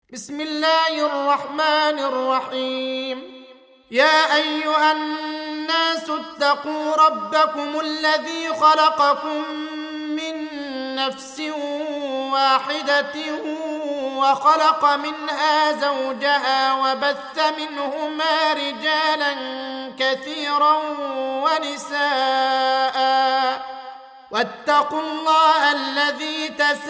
بسم الله الرحمن الرحيم. يا أيها الناس اتقوا ربكم الذي خلقكم من نفس واحدة وخلق منها زوجها وبث منهما رجالا كثيرا ونساء واتقوا الله الذي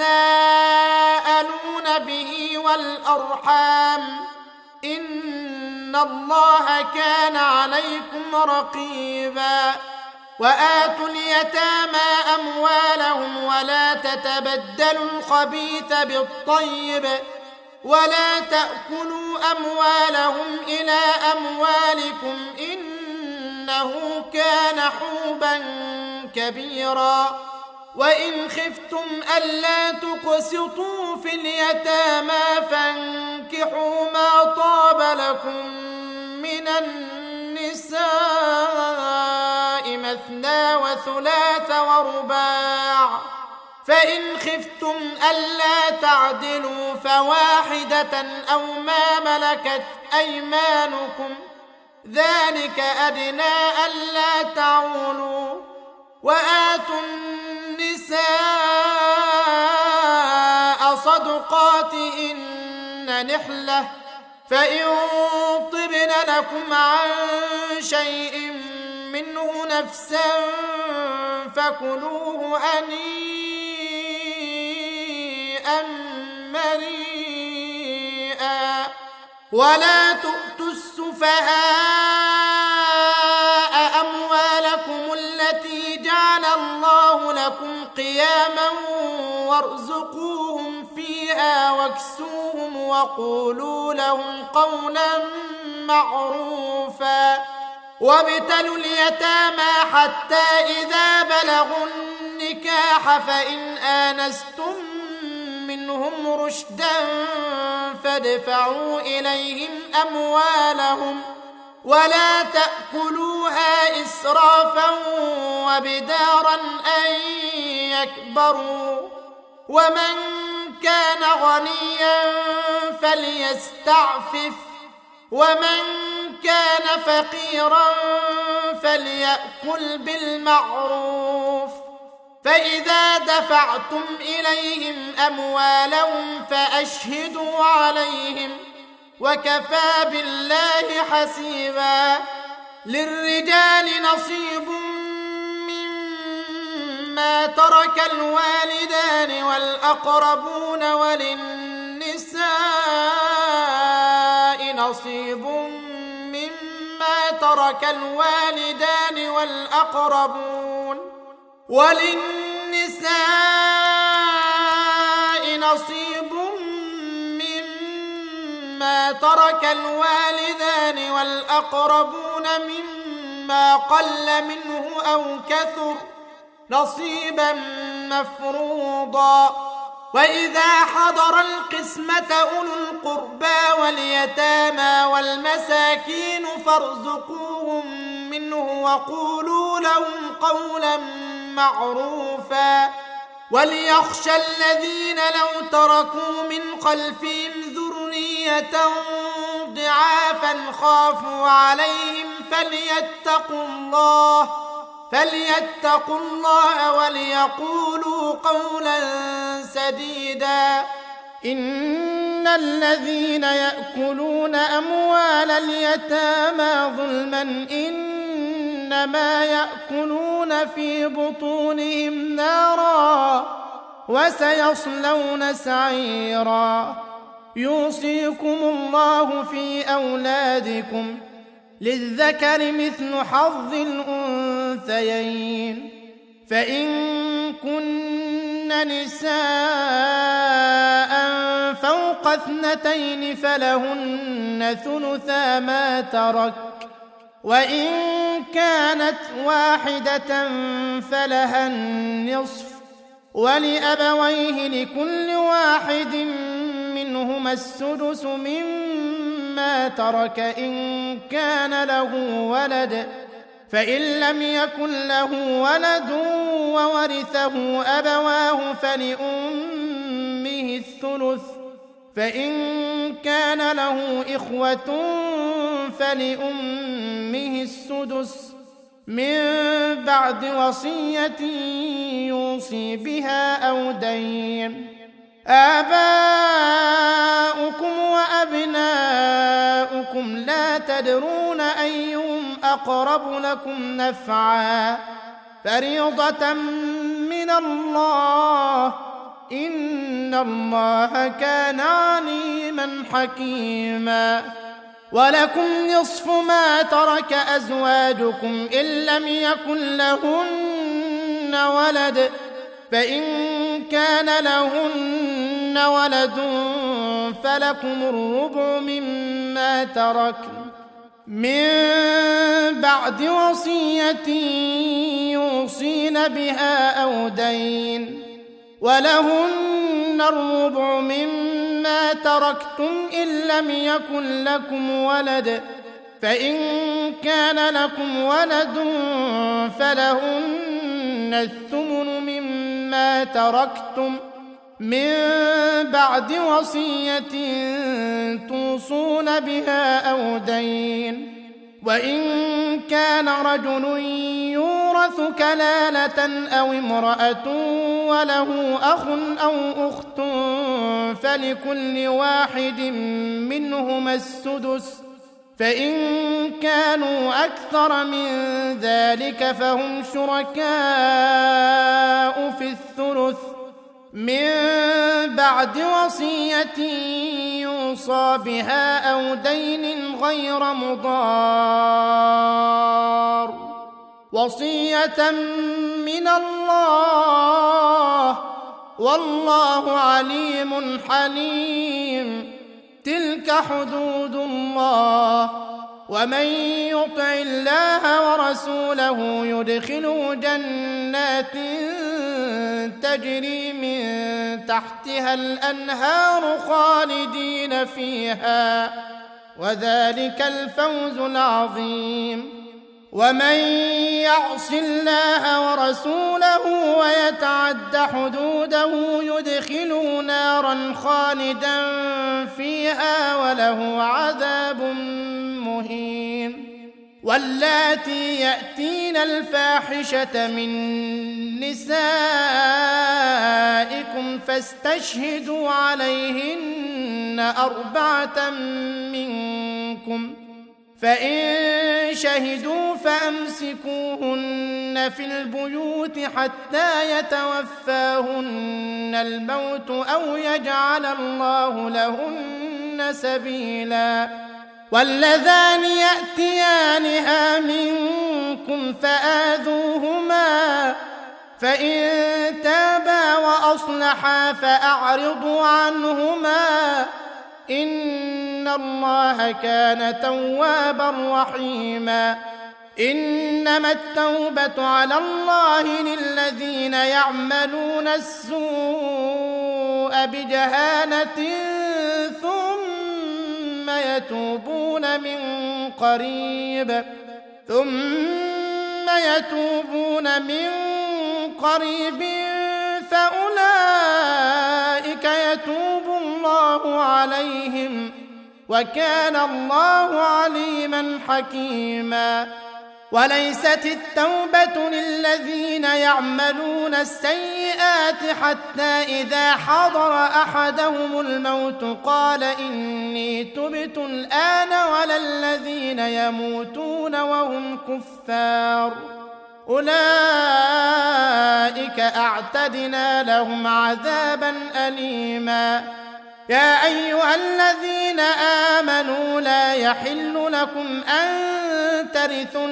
تساءلون به والأرحام إن الله كان عليكم رقيبا. وآتوا اليتامى أموالهم ولا تتبدلوا الخبيث بالطيب ولا تأكلوا أموالهم إلى أموالكم إنه كان حوبا كبيرا. وإن خفتم ألا تقسطوا في اليتامى فانكحوا ما طاب لكم من النساء مثنى وثلاث ورباع، فإن خفتم ألا تعدلوا فواحدة أو ما ملكت أيمانكم ذلك أدنى ألا تعولوا. وآتوا النساء صدقاتهن نحلة فإن طبن لكم عن شيء منه نفسا فكلوه هنيئا مريئا. ولا تؤتوا السفهاء أموالكم التي جعل الله لكم قياما وارزقوهم فيها واكسوهم وقولوا لهم قولا معروفا. وابتلوا اليتامى حتى إذا بلغوا النكاح فإن آنستم منهم رشدا فادفعوا إليهم أموالهم ولا تأكلوها إسرافا وبدارا أن يكبروا. ومن كان غنيا فليستعفف ومن كان فقيرا فليأكل بالمعروف. فإذا دفعتم إليهم أموالهم فأشهدوا عليهم وكفى بالله حسيبا. للرجال نصيب مما ترك الوالدان والأقربون وللنساء نصيب مما ترك الوالدان وللنساء نصيب مما ترك الوالدان والأقربون مما قل منه أو كثر نصيبا مفروضا. وإذا حضر القسمة أولو القربى واليتامى والمساكين فارزقوهم منه وقولوا لهم قولا معروفا. وليخشى الذين لو تركوا من خلفهم ذرية ضعافا خافوا عليهم فليتقوا الله وليقولوا قولا سديدا. إن الذين يأكلون أموال اليتامى ظلما إنما يأكلون في بطونهم نارا وسيصلون سعيرا. يوصيكم الله في أولادكم للذكر مثل حظ الأنثيين. فإن كن نساء فوق 2 فلهن ثلثا ما ترك وإن كانت واحدة فلها النصف ولأبويه لكل واحد منهما السدس مما ترك إن كان له ولد فإن لم يكن له ولد وورثه أبواه فلأمه الثلث فإن كان له إخوة فلأمه السدس من بعد وصية يوصي بها أو دين. آباؤكم وأبناؤكم لا تدرون أيهم أقرب لكم نفعا فريضة من الله إن الله كان عليما حكيما. ولكم نصف ما ترك أزواجكم إن لم يكن لهن ولد فإن كان لهن ولد فلكم الربع مما تركن من بعد وصية يوصين بها أو دين. ولهن الربع مما تركتم إن لم يكن لكم ولد فإن كان لكم ولد فلهن الثمن مما تركتم من بعد وصية توصون بها أو دين. وإن كان رجل يورث كلالة أو امرأة وله أخ أو أخت فلكل واحد منهما السدس فإن كانوا أكثر من ذلك فهم شركاء في الثلث من بعد وصية يوصى بها أو دين غير مضار وصية من الله والله عليم حليم. تلك حدود الله ومن يطع الله ورسوله يدخله جنات تجري من تحتها الأنهار خالدين فيها وذلك الفوز العظيم. ومن يعص الله ورسوله ويتعد حدوده يدخله نارا خالدا فيها وله عذاب مهين. واللاتي يأتين الفاحشة من نسائكم فاستشهدوا عليهن 4 منكم فإن شهدوا فأمسكوهن في البيوت حتى يتوفاهن الموت أو يجعل الله لهن سبيلا. واللذان يأتيانها منكم فآذوهما فإن تابا وأصلحا فأعرضوا عنهما إن الله كان توابا رحيما. إنما التوبة على الله للذين يعملون السوء بجهالة ثم يتوبون من قريب فأولئك يتوب الله عليهم وكان الله عليما حكيما. وليست التوبة للذين يعملون السيئات حتى إذا حضر أحدهم الموت قال إني تبت الآن ولا الذين يموتون وهم كفار أولئك أعتدنا لهم عذابا أليما. يا أيها الذين آمنوا لا يحل لكم أن ترثوا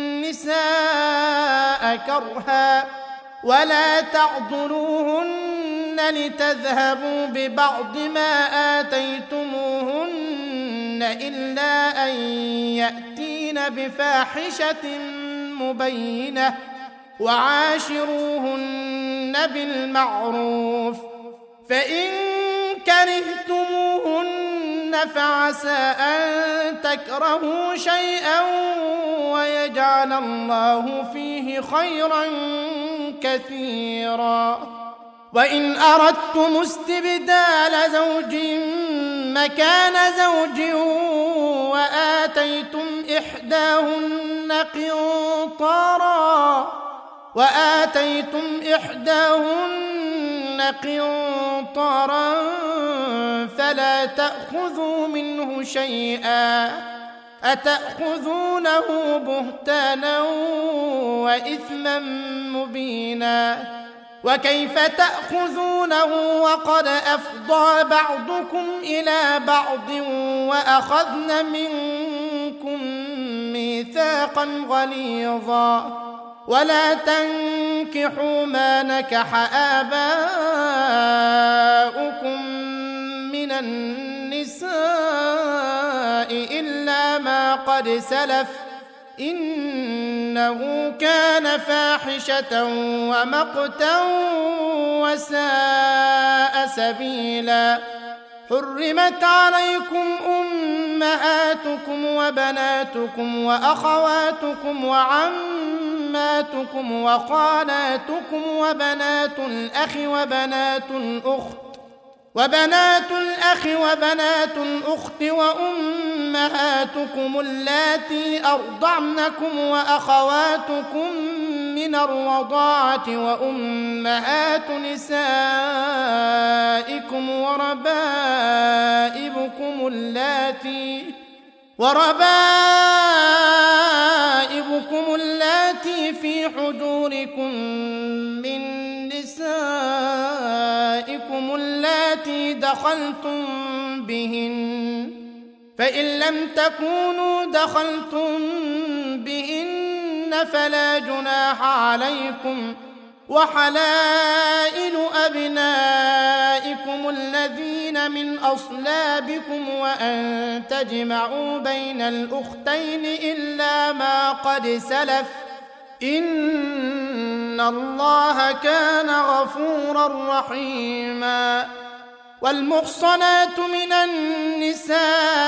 النساء كرها ولا تعضلوهن لتذهبوا ببعض ما آتيتموهن إلا أن يأتين بفاحشة مبينة وعاشروهن بالمعروف فإن كرهتموهن فعسى أن تكرهوا شيئا ويجعل الله فيه خيرا كثيرا. وإن أردتم استبدال زوج مكان زوج وآتيتم إحداهن قنطارا فلا تأخذوا منه شيئا أتأخذونه بهتانا وإثما مبينا وكيف تأخذونه وقد أفضى بعضكم إلى بعض وأخذن منكم ميثاقا غليظا ولا تنكحوا ما نكح آباؤكم من النساء إلا ما قد سلف إنه كان فاحشة ومقتا وساء سبيلا حرمت عليكم أمهاتكم وبناتكم وأخواتكم وعماتكم وخالاتكم وبنات الأخ وبنات الأخت وأمهاتكم اللاتي أرضعنكم وأخواتكم من الرضاعة وأمهات نسائكم وربائبكم اللاتي في حجوركم من نسائكم اللاتي دخلتم بهن فإن لم تكونوا دخلتم بهن فلا جناح عليكم وحلائل أبنائكم الذين من أصلابكم وأن تجمعوا بين الأختين إلا ما قد سلف إن الله كان غفورا رحيما والمحصنات من النساء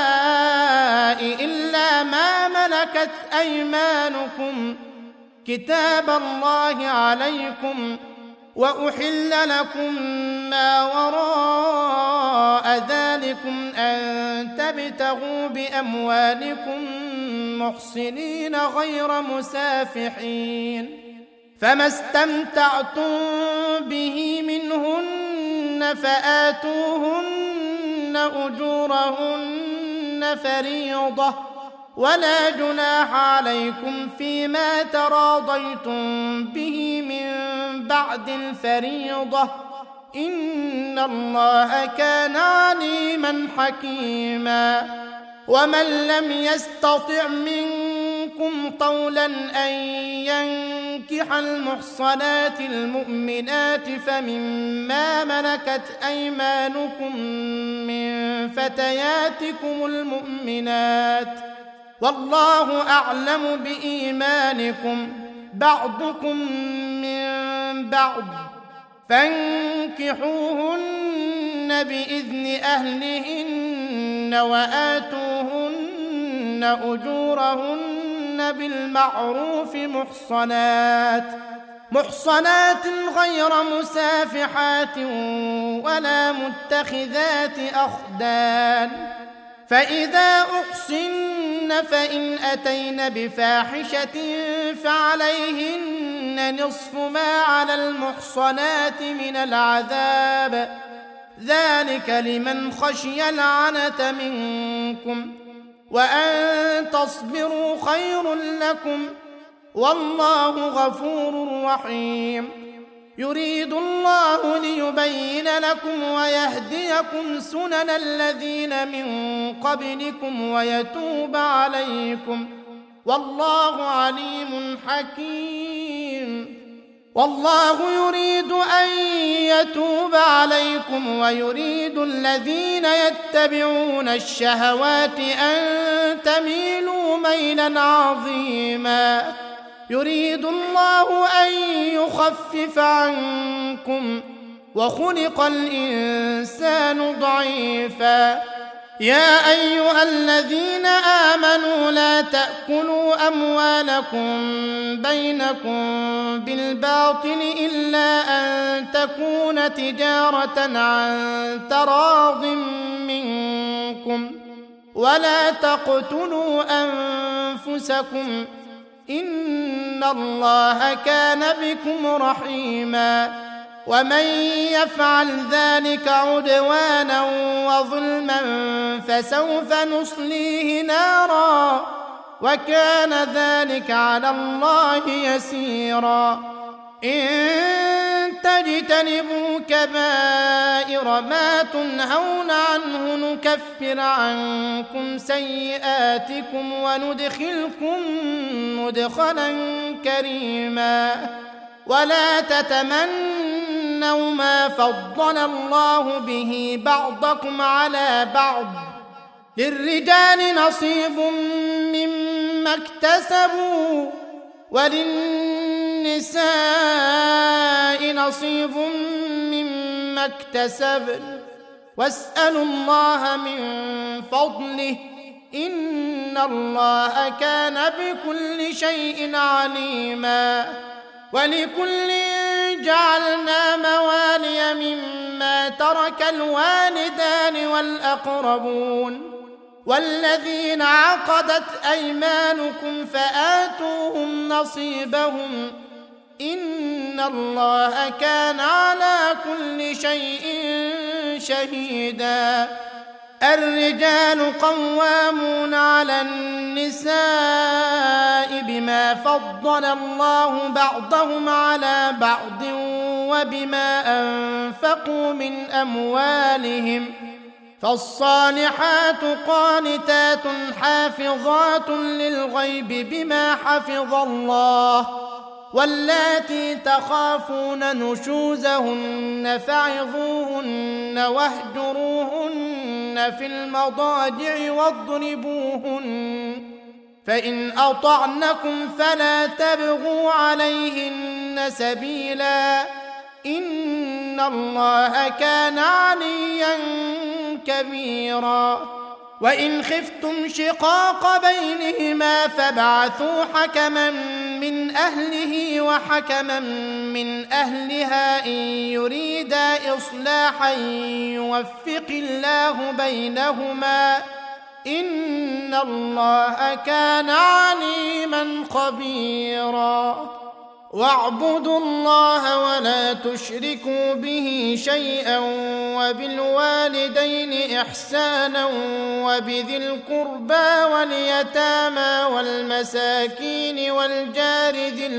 إلا ما ملكت أيمانكم كتاب الله عليكم وأحل لكم ما وراء ذلكم أن تبتغوا بأموالكم محصنين غير مسافحين فما استمتعتم به منهن فآتوهن أجورهن فريضة ولا جناح عليكم فيما تراضيتم به من بعد الفريضة إن الله كان عليما حكيما ومن لم يستطع منكم طولا أن ينكح المحصنات المؤمنات فمما ملكت أيمانكم من فتياتكم المؤمنات والله أعلم بإيمانكم بعضكم من بعض فانكحوهن بإذن أهلهن وآتوهن أجورهن بالمعروف محصنات غير مسافحات ولا متخذات أخدان فإذا أحصن فإن أتين بفاحشة فعليهن نصف ما على المحصنات من العذاب ذلك لمن خشي العنة منكم وأن تصبروا خير لكم والله غفور رحيم يريد الله ليبين لكم ويهديكم سنن الذين من قبلكم ويتوب عليكم والله عليم حكيم والله يريد أن يتوب عليكم ويريد الذين يتبعون الشهوات أن تميلوا ميلا عظيما يريد الله أن يخفف عنكم وخلق الإنسان ضعيفا يا أيها الذين آمنوا لا تأكلوا أموالكم بينكم بالباطل إلا أن تكون تجارة عن تراض منكم منكم ولا تقتلوا أنفسكم إن الله كان بكم رحيما ومن يفعل ذلك عدوانا وظلما فسوف نصليه نارا وكان ذلك على الله يسيرا إن تجتنبوا كبائر ما تنهون عنه نكفر عنكم سيئاتكم وندخلكم مدخلا كريما ولا تتمنوا ما فضل الله به بعضكم على بعض للرجال نصيب مما اكتسبوا وللنساء نصيب مما اكتسبن واسألوا الله من فضله إن الله كان بكل شيء عليما ولكل جعلنا موالي مما ترك الوالدان والأقربون والذين عقدت أيمانكم فآتوهم نصيبهم إن الله كان على كل شيء شهيدا الرجال قوامون على النساء بما فضل الله بعضهم على بعض وبما أنفقوا من أموالهم فالصالحات قانتات حافظات للغيب بما حفظ الله واللاتي تخافون نشوزهن فعظوهن واهجروهن في المضاجع واضربوهن فإن أطعنكم فلا تبغوا عليهن سبيلا إن الله كان عليا كبيرا وإن خفتم شقاق بينهما فابعثوا حكما من أهله وحكما من أهلها إن يريدا إصلاحا يوفق الله بينهما إن الله كان عليما خبيرا واعبدوا الله ولا تشركوا به شيئا وبالوالدين إحسانا وبذي القربى واليتامى والمساكين والجار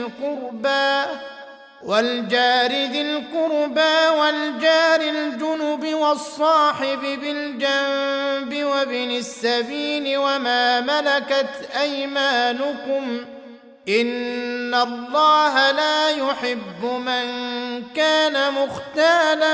ذي القربى والجار الجنب والصاحب بالجنب وابن السبيل وما ملكت أيمانكم إن الله لا يحب من كان مختالا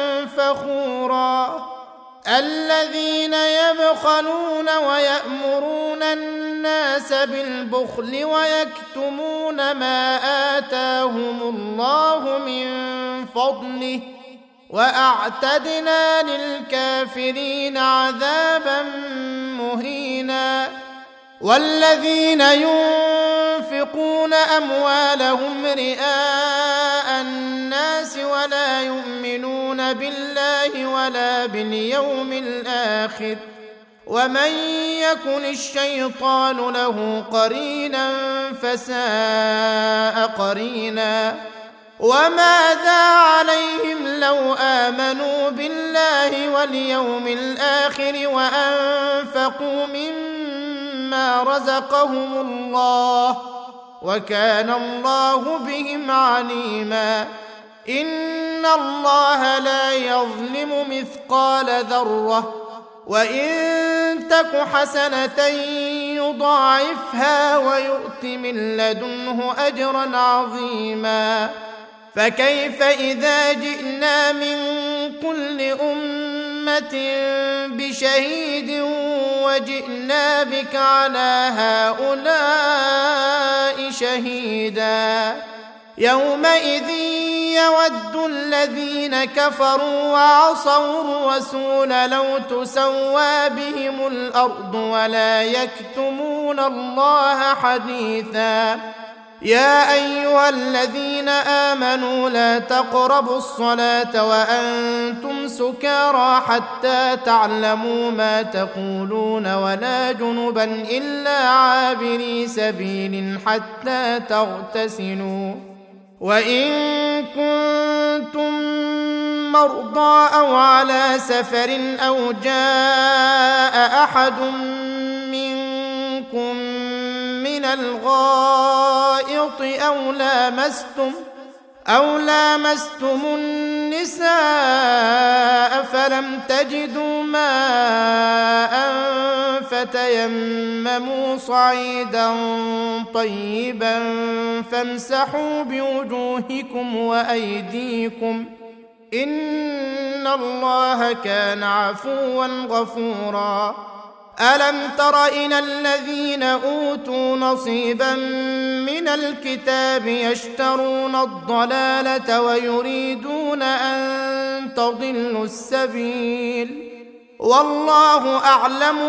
فخورا الذين يبخلون ويأمرون الناس بالبخل ويكتمون ما آتاهم الله من فضله وأعتدنا للكافرين عذابا مهينا والذين ينفقون أموالهم رئاء الناس ولا يؤمنون بالله ولا باليوم الآخر ومن يكن الشيطان له قرينا فساء قرينا وماذا عليهم لو آمنوا بالله واليوم الآخر وأنفقوا مما رزقهم الله وكان الله بهم عليما إن الله لا يظلم مثقال ذرة وإن تك حسنة يضاعفها ويؤت من لدنه أجرا عظيما فكيف إذا جئنا من كل أمة بشهيد وجئنا بك على هؤلاء شهيدا يومئذ يود الذين كفروا وعصوا الرسول لو تسوى بهم الأرض ولا يكتمون الله حديثا يا أيها الذين آمنوا لا تقربوا الصلاة وأنتم سكارى حتى تعلموا ما تقولون ولا جنبا إلا عابري سبيل حتى تغتسلوا وإن كنتم مرضى أو على سفر أو جاء أحد منكم من الغائط أو لامستم النساء فلم تجدوا ماء فتيمموا صعيدا طيبا فامسحوا بوجوهكم وأيديكم إن الله كان عفوا غفورا ألم تر إلى الذين أوتوا نصيبا من الكتاب يشترون الضلالة ويريدون أن تضلوا السبيل والله أعلم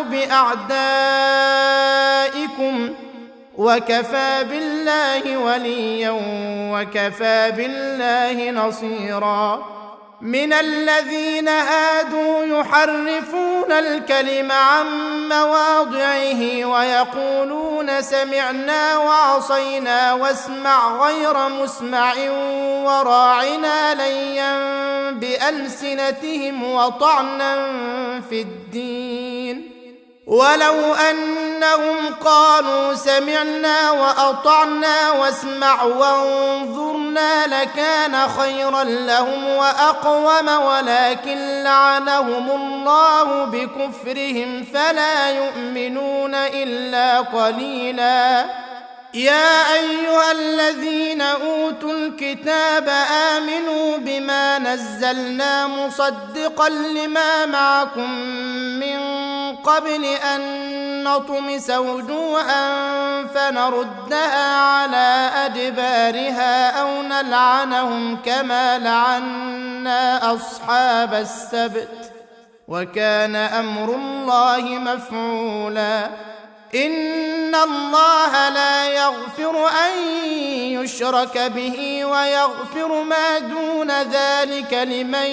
بأعدائكم وكفى بالله وليا وكفى بالله نصيرا من الذين هادوا يحرفون الكلم عن مواضعه ويقولون سمعنا وعصينا واسمع غير مسمع وراعنا ليا بألسنتهم وطعنا في الدين ولو أنهم قالوا سمعنا وأطعنا واسمع وانظرنا لكان خيرا لهم وأقوم ولكن لعنهم الله بكفرهم فلا يؤمنون إلا قليلا يا أيها الذين أوتوا الكتاب آمنوا بما نزلنا مصدقا لما معكم من قبل أن نطمس وجوها فنردها على أدبارها أو نلعنهم كما لعنا أصحاب السبت وكان أمر الله مفعولا إن الله لا يغفر أن يشرك به ويغفر ما دون ذلك لمن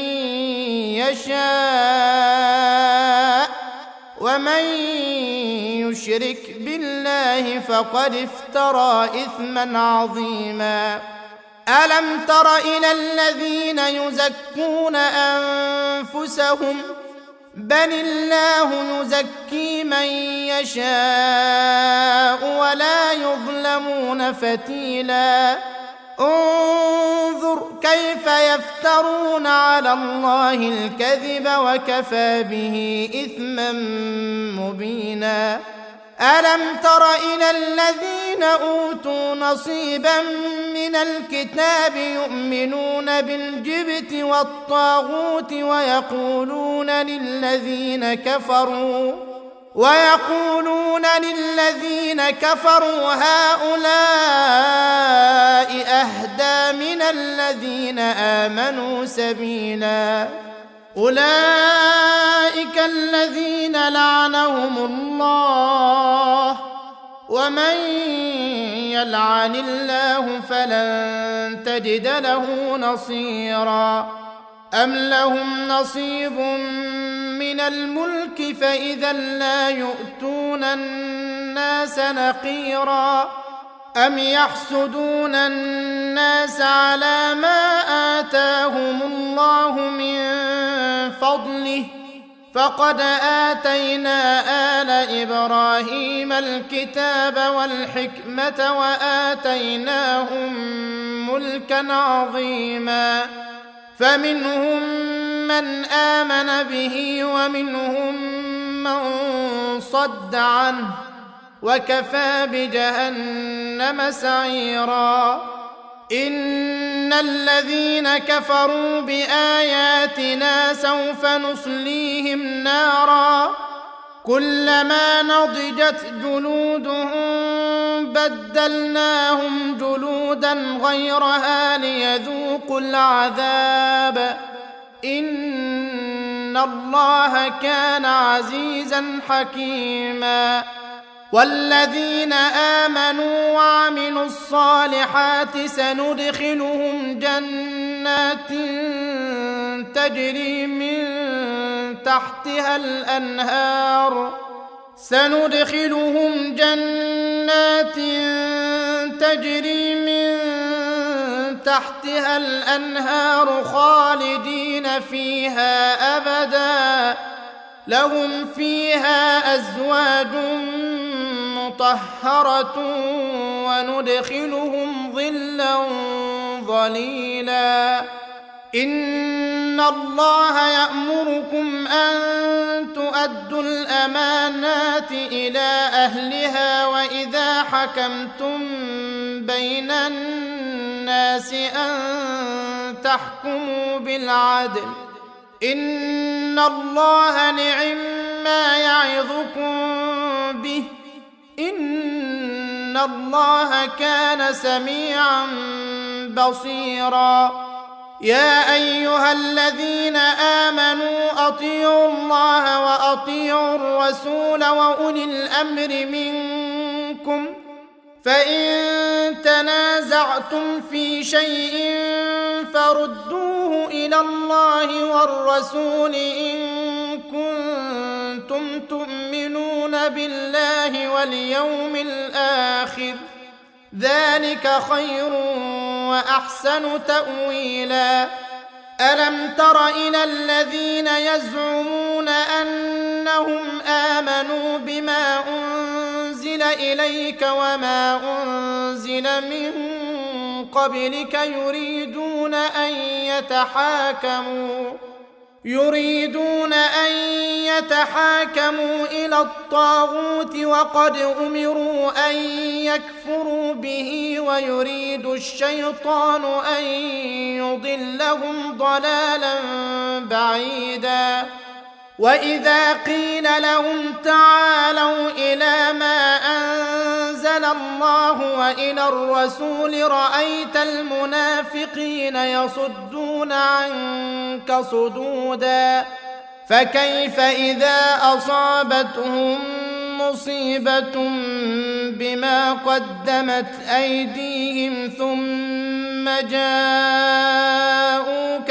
يشاء ومن يشرك بالله فقد افترى إثما عظيما ألم تر إلى الذين يزكون أنفسهم بل الله يزكي من يشاء ولا يظلمون فتيلا انظر كيف يفترون على الله الكذب وكفى به إثما مبينا ألم تر إلى الذين أوتوا نصيبا من الكتاب يؤمنون بالجبت والطاغوت ويقولون للذين كفروا هؤلاء أهدى من الذين آمنوا سبيلا أولئك الذين لعنهم الله ومن يلعن الله فلن تجد له نصيرا أم لهم نصيب من الملك فإذا لا يؤتون الناس نقيرا أم يحسدون الناس على ما آتاهم الله من فضله فقد آتينا آل إبراهيم الكتاب والحكمة وآتيناهم ملكا عظيما فمنهم من آمن به ومنهم من صد عنه وكفى بجهنم سعيرا إن الذين كفروا بآياتنا سوف نصليهم نارا كلما نضجت جلودهم بدلناهم جلودا غيرها ليذوقوا العذاب إن الله كان عزيزا حكيما والذين آمنوا وعملوا الصالحات سندخلهم جنات تجري من تحتها الأنهار خالدين فيها أبدا لهم فيها أزواج مطهرة وندخلهم ظلا ظليلا إن الله يأمركم أن تؤدوا الأمانات إلى أهلها وإذا حكمتم بين الناس أن تحكموا بالعدل إن الله نعما يعظكم به إن الله كان سميعا بصيرا يا أيها الذين آمنوا أطيعوا الله وأطيعوا الرسول وأولي الأمر منكم فإن تنازعتم في شيء فردوه إلى الله والرسول إن كنتم تؤمنون بالله واليوم الآخر ذلك خير وأحسن تأويلا ألم تر إلى الذين يزعمون أنهم آمنوا بما أنزل إليك وما أنزل من قبلك يريدون أن يتحاكموا إلى الطاغوت وقد أمروا أن يكفروا به ويريد الشيطان أن يضلهم ضلالا بعيدا وإذا قيل لهم تعالوا إلى ما أنزل الله وإلى الرسول رأيت المنافقين يصدون عنك صدودا فكيف إذا أصابتهم مصيبة بما قدمت أيديهم ثم جاءوك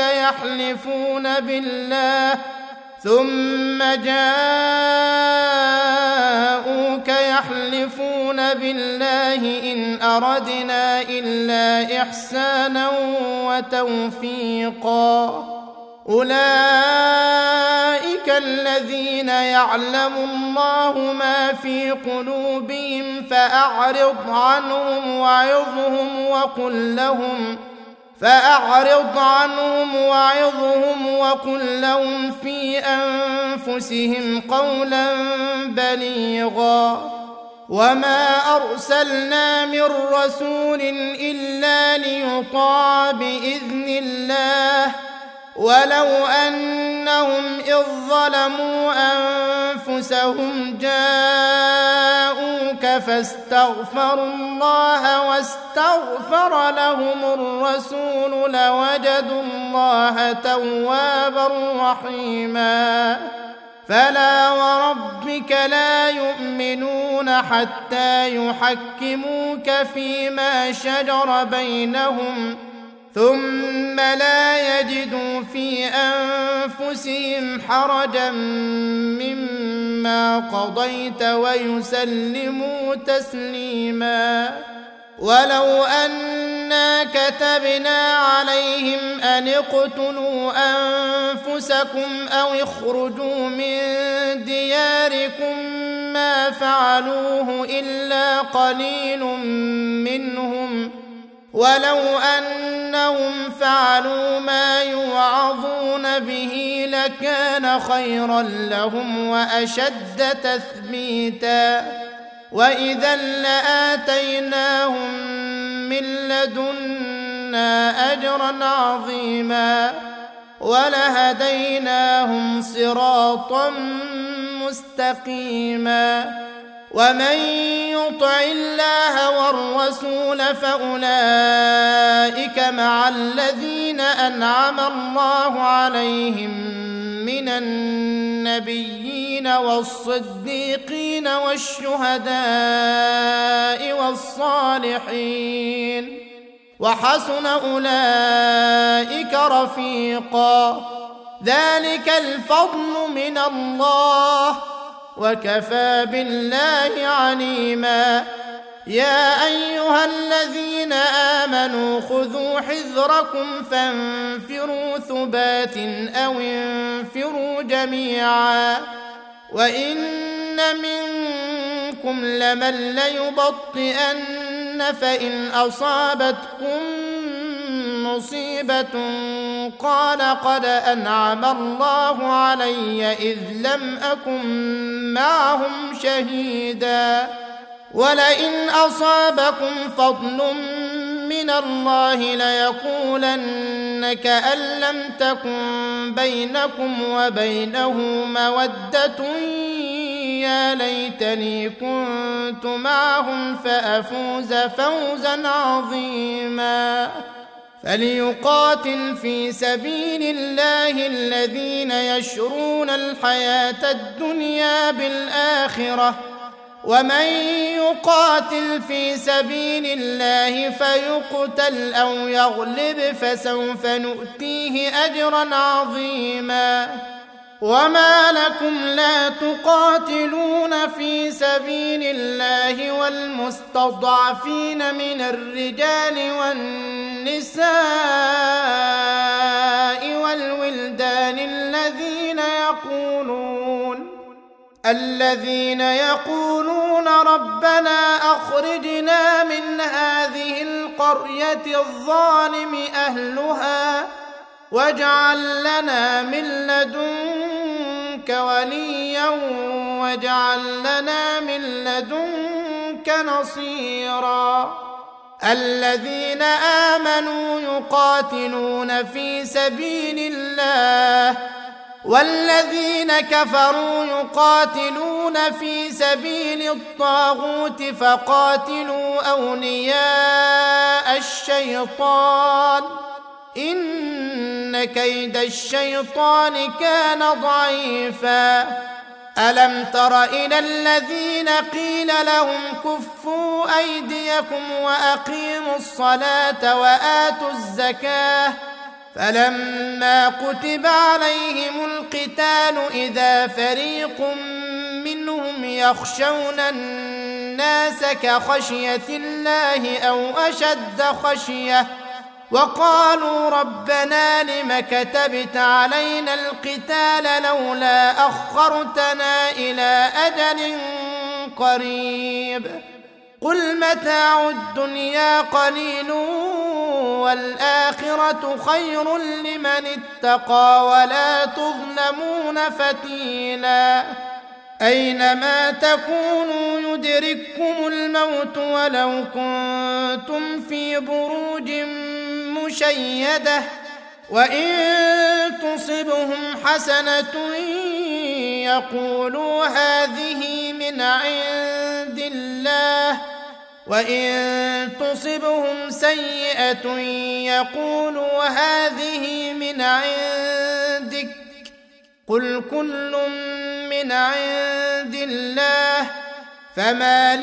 يحلفون بالله إن أردنا إلا إحسانا وتوفيقا أولئك الذين يعلم الله ما في قلوبهم فأعرض عنهم وعظهم وقل لهم في أنفسهم قولا بليغا وما أرسلنا من رسول إلا ليطاع بإذن الله ولو أنهم إذ ظلموا أنفسهم جاءوك فاستغفروا الله واستغفر لهم الرسول لوجدوا الله توابا رحيما فلا وربك لا يؤمنون حتى يحكموك فيما شجر بينهم ثم لا يجدوا في أنفسهم حرجا مما قضيت ويسلموا تسليما ولو أنا كتبنا عليهم أن اقتلوا أنفسكم أو اخرجوا من دياركم ما فعلوه إلا قليل منهم ولو أنهم فعلوا ما يوعظون به لكان خيرا لهم وأشد تثبيتا وإذا لآتيناهم من لدنا أجرا عظيما ولهديناهم صراطا مستقيما ومن يطع الله والرسول فأولئك مع الذين أنعم الله عليهم من النبيين والنبيين والصديقين والشهداء والصالحين وحسن أولئك رفيقا ذلك الفضل من الله وكفى بالله عليما يا أيها الذين آمنوا خذوا حذركم فانفروا ثبات أو انفروا جميعا وإن منكم لمن ليبطئن فإن أصابتكم مصيبة قال قد أنعم الله علي إذ لم أكن معهم شهيدا ولئن أصابكم فضل من الله ليقولن كأن لم تكن بينكم وبينه مودة يا ليتني كنت معهم فأفوز فوزا عظيما فليقاتل في سبيل الله الذين يشرون الحياة الدنيا بالآخرة ومن يقاتل في سبيل الله فيقتل أو يغلب فسوف نؤتيه أجرا عظيما وما لكم لا تقاتلون في سبيل الله والمستضعفين من الرجال والنساء والولدان الذين يقولون ربنا أخرجنا من هذه القرية الظالم أهلها واجعل لنا من لدنك وليا واجعل لنا من لدنك نصيرا الذين آمنوا يقاتلون في سبيل الله والذين كفروا يقاتلون في سبيل الطاغوت فقاتلوا أولياء الشيطان إن كيد الشيطان كان ضعيفا ألم تر إلى الذين قيل لهم كفوا أيديكم وأقيموا الصلاة وآتوا الزكاة فلما كتب عليهم القتال إذا فريق منهم يخشون الناس كخشية الله أو أشد خشية وقالوا ربنا لم كتبت علينا القتال لولا أخرتنا إلى أجل قريب قل متاع الدنيا قليل والآخرة خير لمن اتقى ولا تظلمون فتيلا أينما تكونوا يدرككم الموت ولو كنتم في بروج مشيدة وإن تصبهم حسنة يقولوا هذه من عند الله وإن تصبهم سيئة يقولوا هذه من عندك قل كل من عند الله فما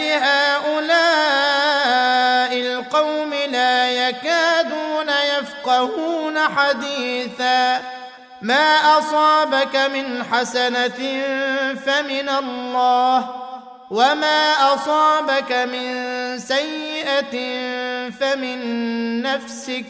لهؤلاء القوم لا يكادون يفقهون حديثا ما أصابك من حسنة فمن الله وما أصابك من سيئة فمن نفسك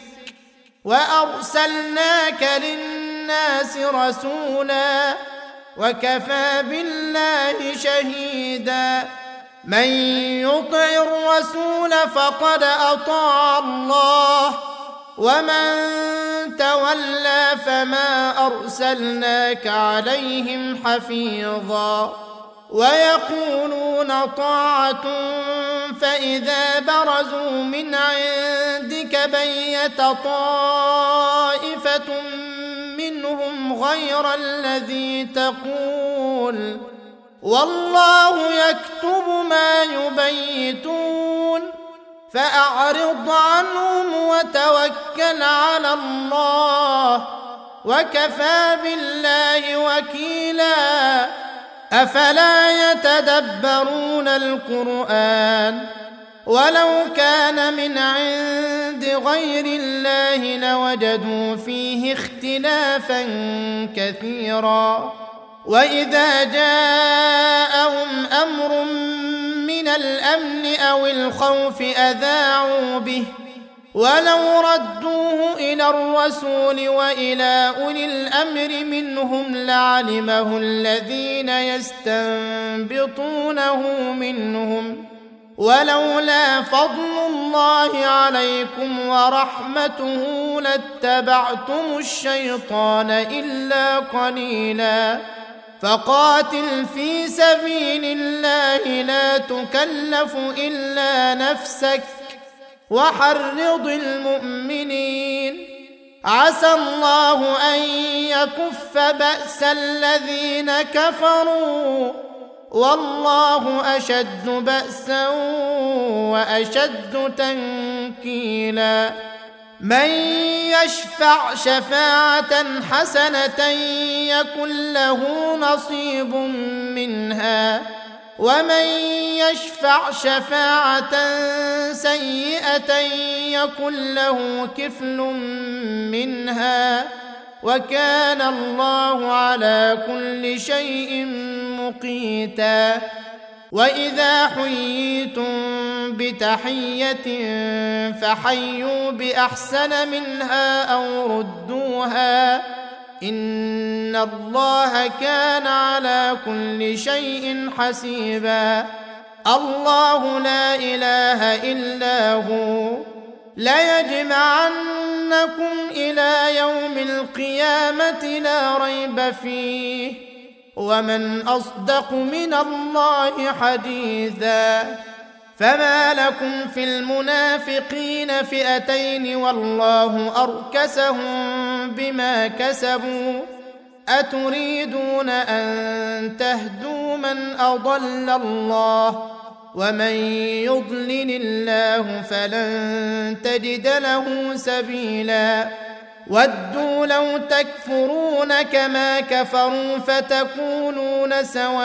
وأرسلناك للناس رسولا وكفى بالله شهيدا من يطع الرسول فقد أطاع الله ومن تولى فما أرسلناك عليهم حفيظا ويقولون طاعة فإذا برزوا من عندك بيت طائفة منهم غير الذي تقول والله يكتب ما يبيتون فأعرض عنهم وتوكل على الله وكفى بالله وكيلا أفلا يتدبرون القرآن ولو كان من عند غير الله لوجدوا فيه اختلافا كثيرا وإذا جاءهم أمر من الأمن أو الخوف أذاعوا به ولو ردوه إلى الرسول وإلى أولي الأمر منهم لعلمه الذين يستنبطونه منهم ولولا فضل الله عليكم ورحمته لاتبعتم الشيطان إلا قليلا فقاتل في سبيل الله لا تكلف إلا نفسك وحرض المؤمنين عسى الله أن يكف بأس الذين كفروا والله أشد بأسا وأشد تنكيلا من يشفع شفاعة حسنة يكن له نصيب منها ومن يشفع شفاعة سيئة يكن له كفل منها وكان الله على كل شيء مقيتا وإذا حييتم بتحية فحيوا بأحسن منها أو ردوها إن الله كان على كل شيء حسيبا الله لا إله إلا هو ليجمعنكم إلى يوم القيامة لا ريب فيه ومن أصدق من الله حديثا فما لكم في المنافقين فئتين والله أركسهم بما كسبوا أتريدون أن تهدوا من أضل الله ومن يضلل الله فلن تجد له سبيلا ودوا لو تكفرون كما كفروا فتكونون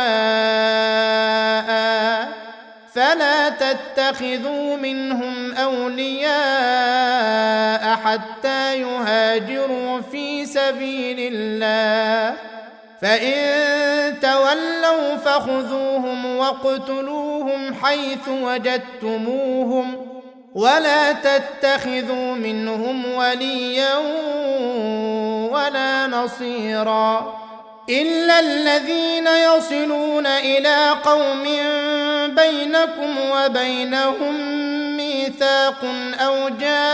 سواء فلا تتخذوا منهم أولياء حتى يهاجروا في سبيل الله فإن تولوا فخذوهم واقتلوهم حيث وجدتموهم ولا تتخذوا منهم وليا ولا نصيرا إلا الذين يصلون إلى قوم بينكم وبينهم ميثاق أو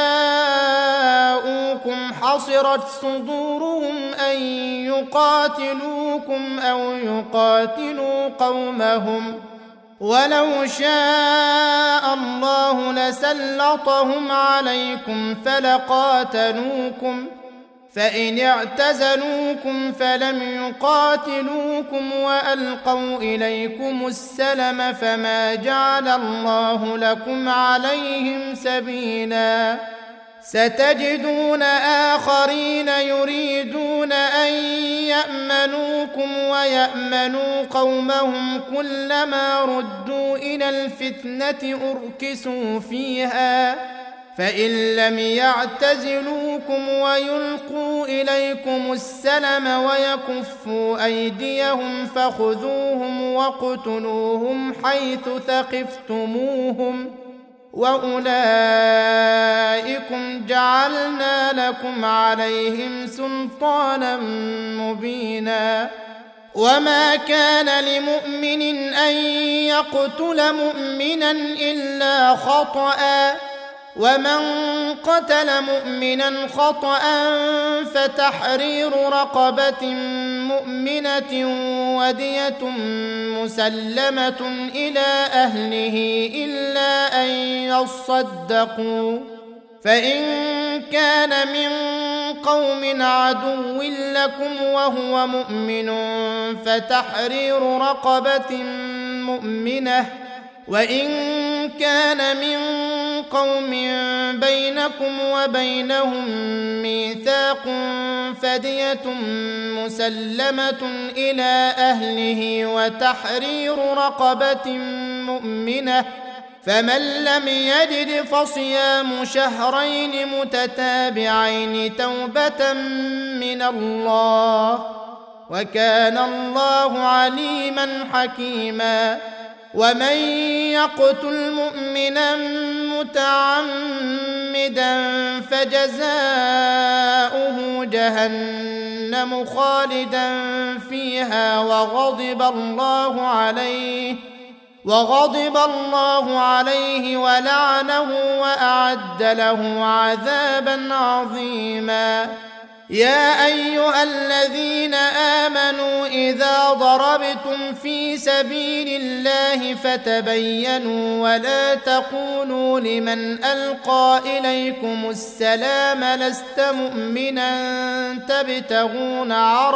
جاءوكم حصرت صدورهم أن يقاتلوكم أو يقاتلوا قومهم ولو شاء الله لسلطهم عليكم فلقاتلوكم فإن اعتزلوكم فلم يقاتلوكم وألقوا إليكم السلم فما جعل الله لكم عليهم سبيلا ستجدون آخرين يريدون أن يأمنوكم ويأمنوا قومهم كلما ردوا إلى الفتنة أركسوا فيها فإن لم يعتزلوكم ويلقوا إليكم السلم ويكفوا أيديهم فخذوهم واقتلوهم حيث ثقفتموهم وأولئكم جعلنا لكم عليهم سلطانا مبينا وما كان لمؤمن أن يقتل مؤمنا إلا خطأ ومن قتل مؤمنا خطأ فتحرير رقبة مؤمنة ودية مسلمة إلى أهله إلا أن يصدقوا فإن كان من قوم عدو لكم وهو مؤمن فتحرير رقبة مؤمنة وإن كان من قوم بينكم وبينهم ميثاق فدية مسلمة إلى أهله وتحرير رقبة مؤمنة، فمن لم يجد فصيام شهرين متتابعين توبة من الله، وكان الله عليما حكيما. ومن يقتل مؤمنا متعمدا فجزاؤه جهنم خالدا فيها وغضب الله عليه ولعنه وأعد له عذابا عظيما. يا أيها الذين آمنوا إذا ضربتم في سبيل الله فتبينوا ولا تقولوا لمن ألقى إليكم السلام لست مؤمنا تبتغون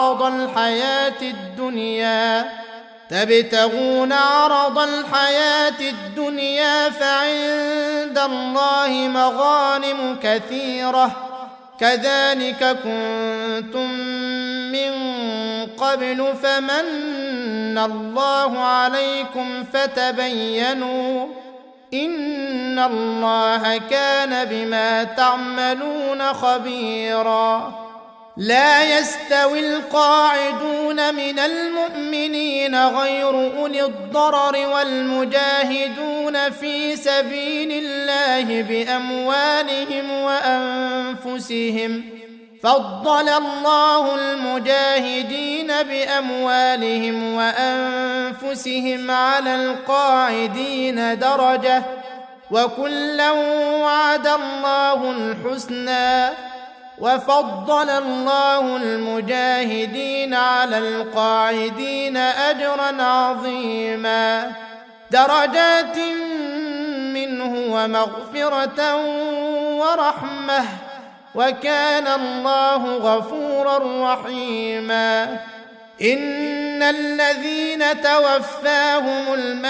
عرض الحياة الدنيا فعند الله مغانم كثيرة كذلك كنتم من قبل فمن الله عليكم فتبينوا إن الله كان بما تعملون خبيرا. لا يستوي القاعدون من المؤمنين غير أولي الضرر والمجاهدون في سبيل الله بأموالهم وأنفسهم، فضل الله المجاهدين بأموالهم وأنفسهم على القاعدين درجة، وكلا وعد الله الحسنى، وفضل الله المجاهدين على القاعدين أجرا عظيما، درجات منه ومغفرة ورحمة، وكان الله غفورا رحيما. إن الذين توفاهم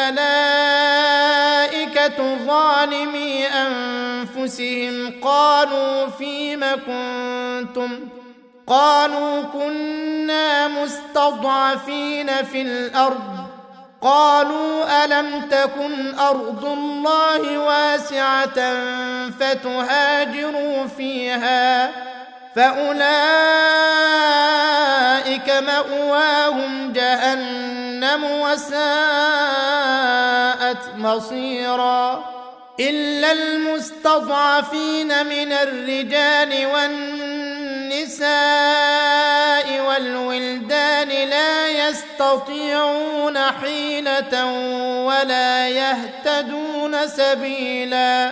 الملائكة ظالمي أنفسهم قالوا فيم كنتم؟ قالوا كنا مستضعفين في الأرض. قالوا ألم تكن أرض الله واسعة فتهاجروا فيها، فأولئك مأواهم جهنم وساءت مصيرا. إلا المستضعفين من الرجال والنساء والولدان لا يستطيعون حيلة ولا يهتدون سبيلا،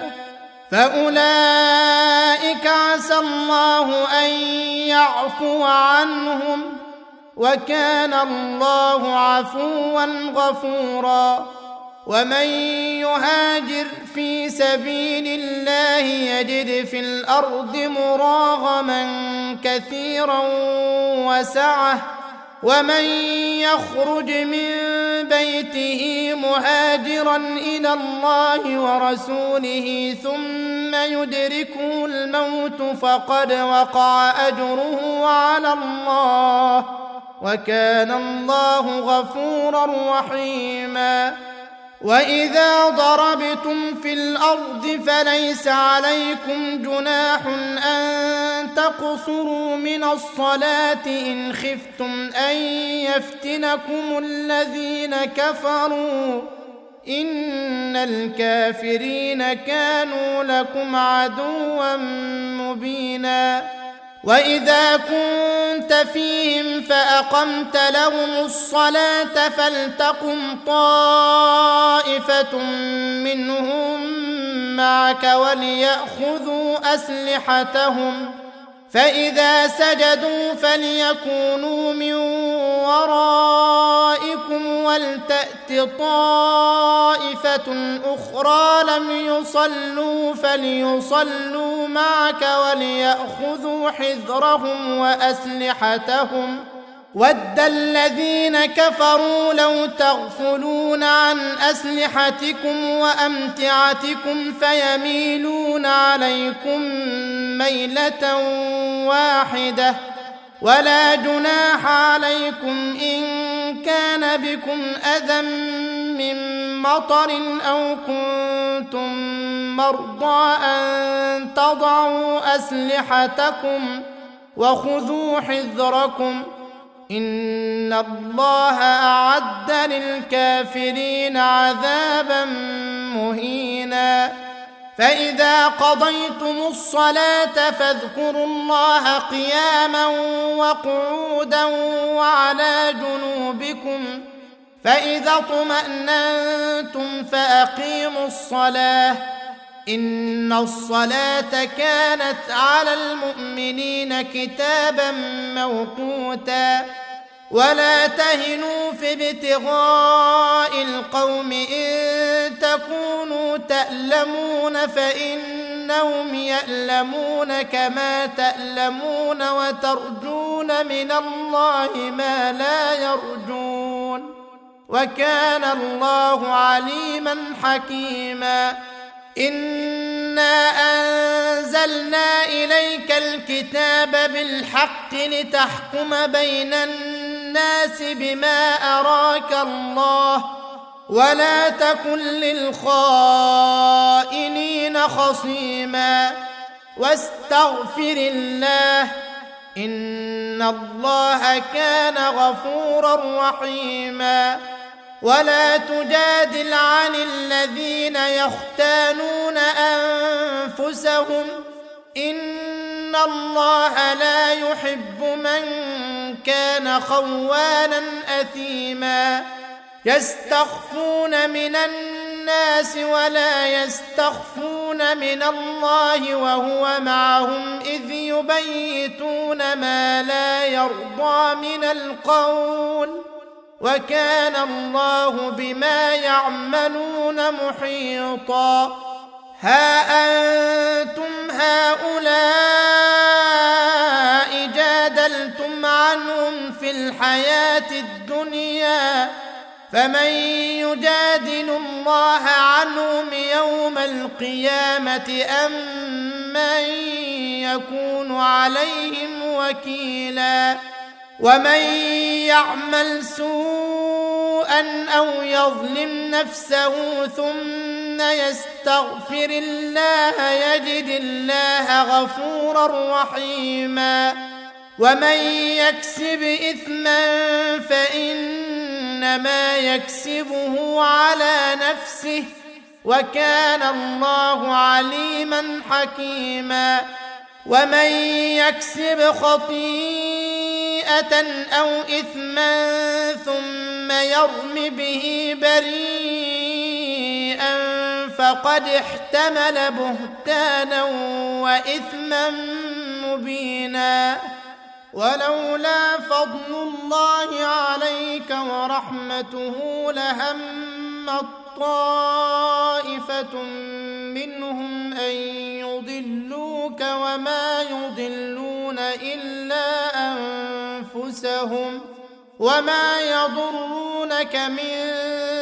فأولئك عسى الله أن يعفو عنهم، وكان الله عفوا غفورا. ومن يهاجر في سبيل الله يجد في الأرض مراغما كثيرا وسعة، ومن يخرج من بيته مهاجرا إلى الله ورسوله ثم يدركه الموت فقد وقع أجره على الله، وكان الله غفورا رحيما. وإذا ضربتم في الأرض فليس عليكم جناح أن تقصروا من الصلاة إن خفتم أن يفتنكم الذين كفروا، إن الكافرين كانوا لكم عدوا مبينا. وإذا كنت فيهم فأقمت لهم الصلاة فلتقم طائفة منهم معك وليأخذوا أسلحتهم، فإذا سجدوا فليكونوا من ورائكم ولتأت طائفة أخرى لم يصلوا فليصلوا معك وليأخذوا حذرهم وأسلحتهم، ود الذين كفروا لو تغفلون عن أسلحتكم وأمتعتكم فيميلون عليكم ميلة واحدة ولا جناح عليكم إن كان بكم أذى من مطر أو كنتم مرضى أن تضعوا أسلحتكم وخذوا حذركم إن الله أعد للكافرين عذابا مهينا فإذا قضيتم الصلاة فاذكروا الله قياما وقعودا وعلى جنوبكم فإذا اطمأننتم فأقيموا الصلاة إن الصلاة كانت على المؤمنين كتابا موقوتا ولا تهنوا في ابتغاء القوم إن تكونوا تألمون فإنهم يألمون كما تألمون وترجون من الله ما لا يرجون وكان الله عليما حكيما إنا أنزلنا إليك الكتاب بالحق لتحكم بين الناس بما أراك الله ولا تكن للخائنين خصيما واستغفر الله إن الله كان غفورا رحيما ولا تجادل عن الذين يختانون أنفسهم إن الله لا يحب من كان خوانا أثيما يستخفون من الناس ولا يستخفون من الله وهو معهم إذ يبيتون ما لا يرضى من القول وكان الله بما يعملون محيطا ها أنتم هؤلاء جادلتم عنهم في الحياة الدنيا فمن يجادل الله عنهم يوم القيامة أم من يكون عليهم وكيلا ومن يعمل سوءا أو يظلم نفسه ثم يستغفر الله يجد الله غفورا رحيما ومن يكسب إثما فإنما يكسبه على نفسه وكان الله عليما حكيما ومن يكسب خطيئة أو إثما ثم يرم به بريئا فقد احتمل بهتانا وإثما مبينا ولولا فضل الله عليك ورحمته لهمت طائفة منهم أن يضلوك وما يضلون إلا أنفسهم وما يضرونك من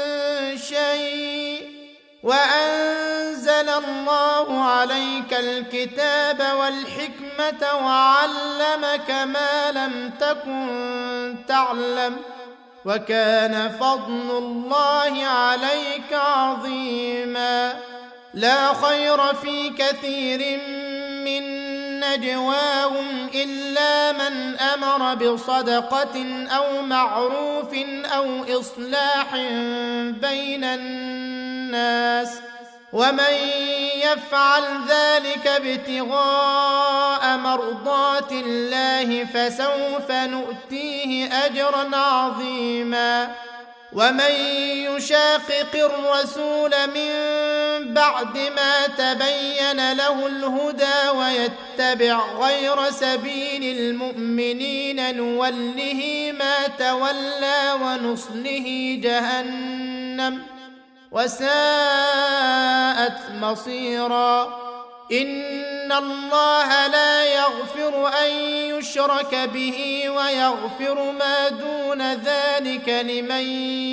شيء وأنزل الله عليك الكتاب والحكمة وعلمك ما لم تكن تعلم وكان فضل الله عليك عظيما لا خير في كثير من نجواهم إلا من أمر بصدقة أو معروف أو إصلاح بين الناس ومن يفعل ذلك ابتغاء مرضات الله فسوف نؤتيه أجرا عظيما ومن يشاقق الرسول من بعد ما تبين له الهدى ويتبع غير سبيل المؤمنين نوله ما تولى ونصله جهنم وساءت مصيرا إن الله لا يغفر أن يشرك به ويغفر ما دون ذلك لمن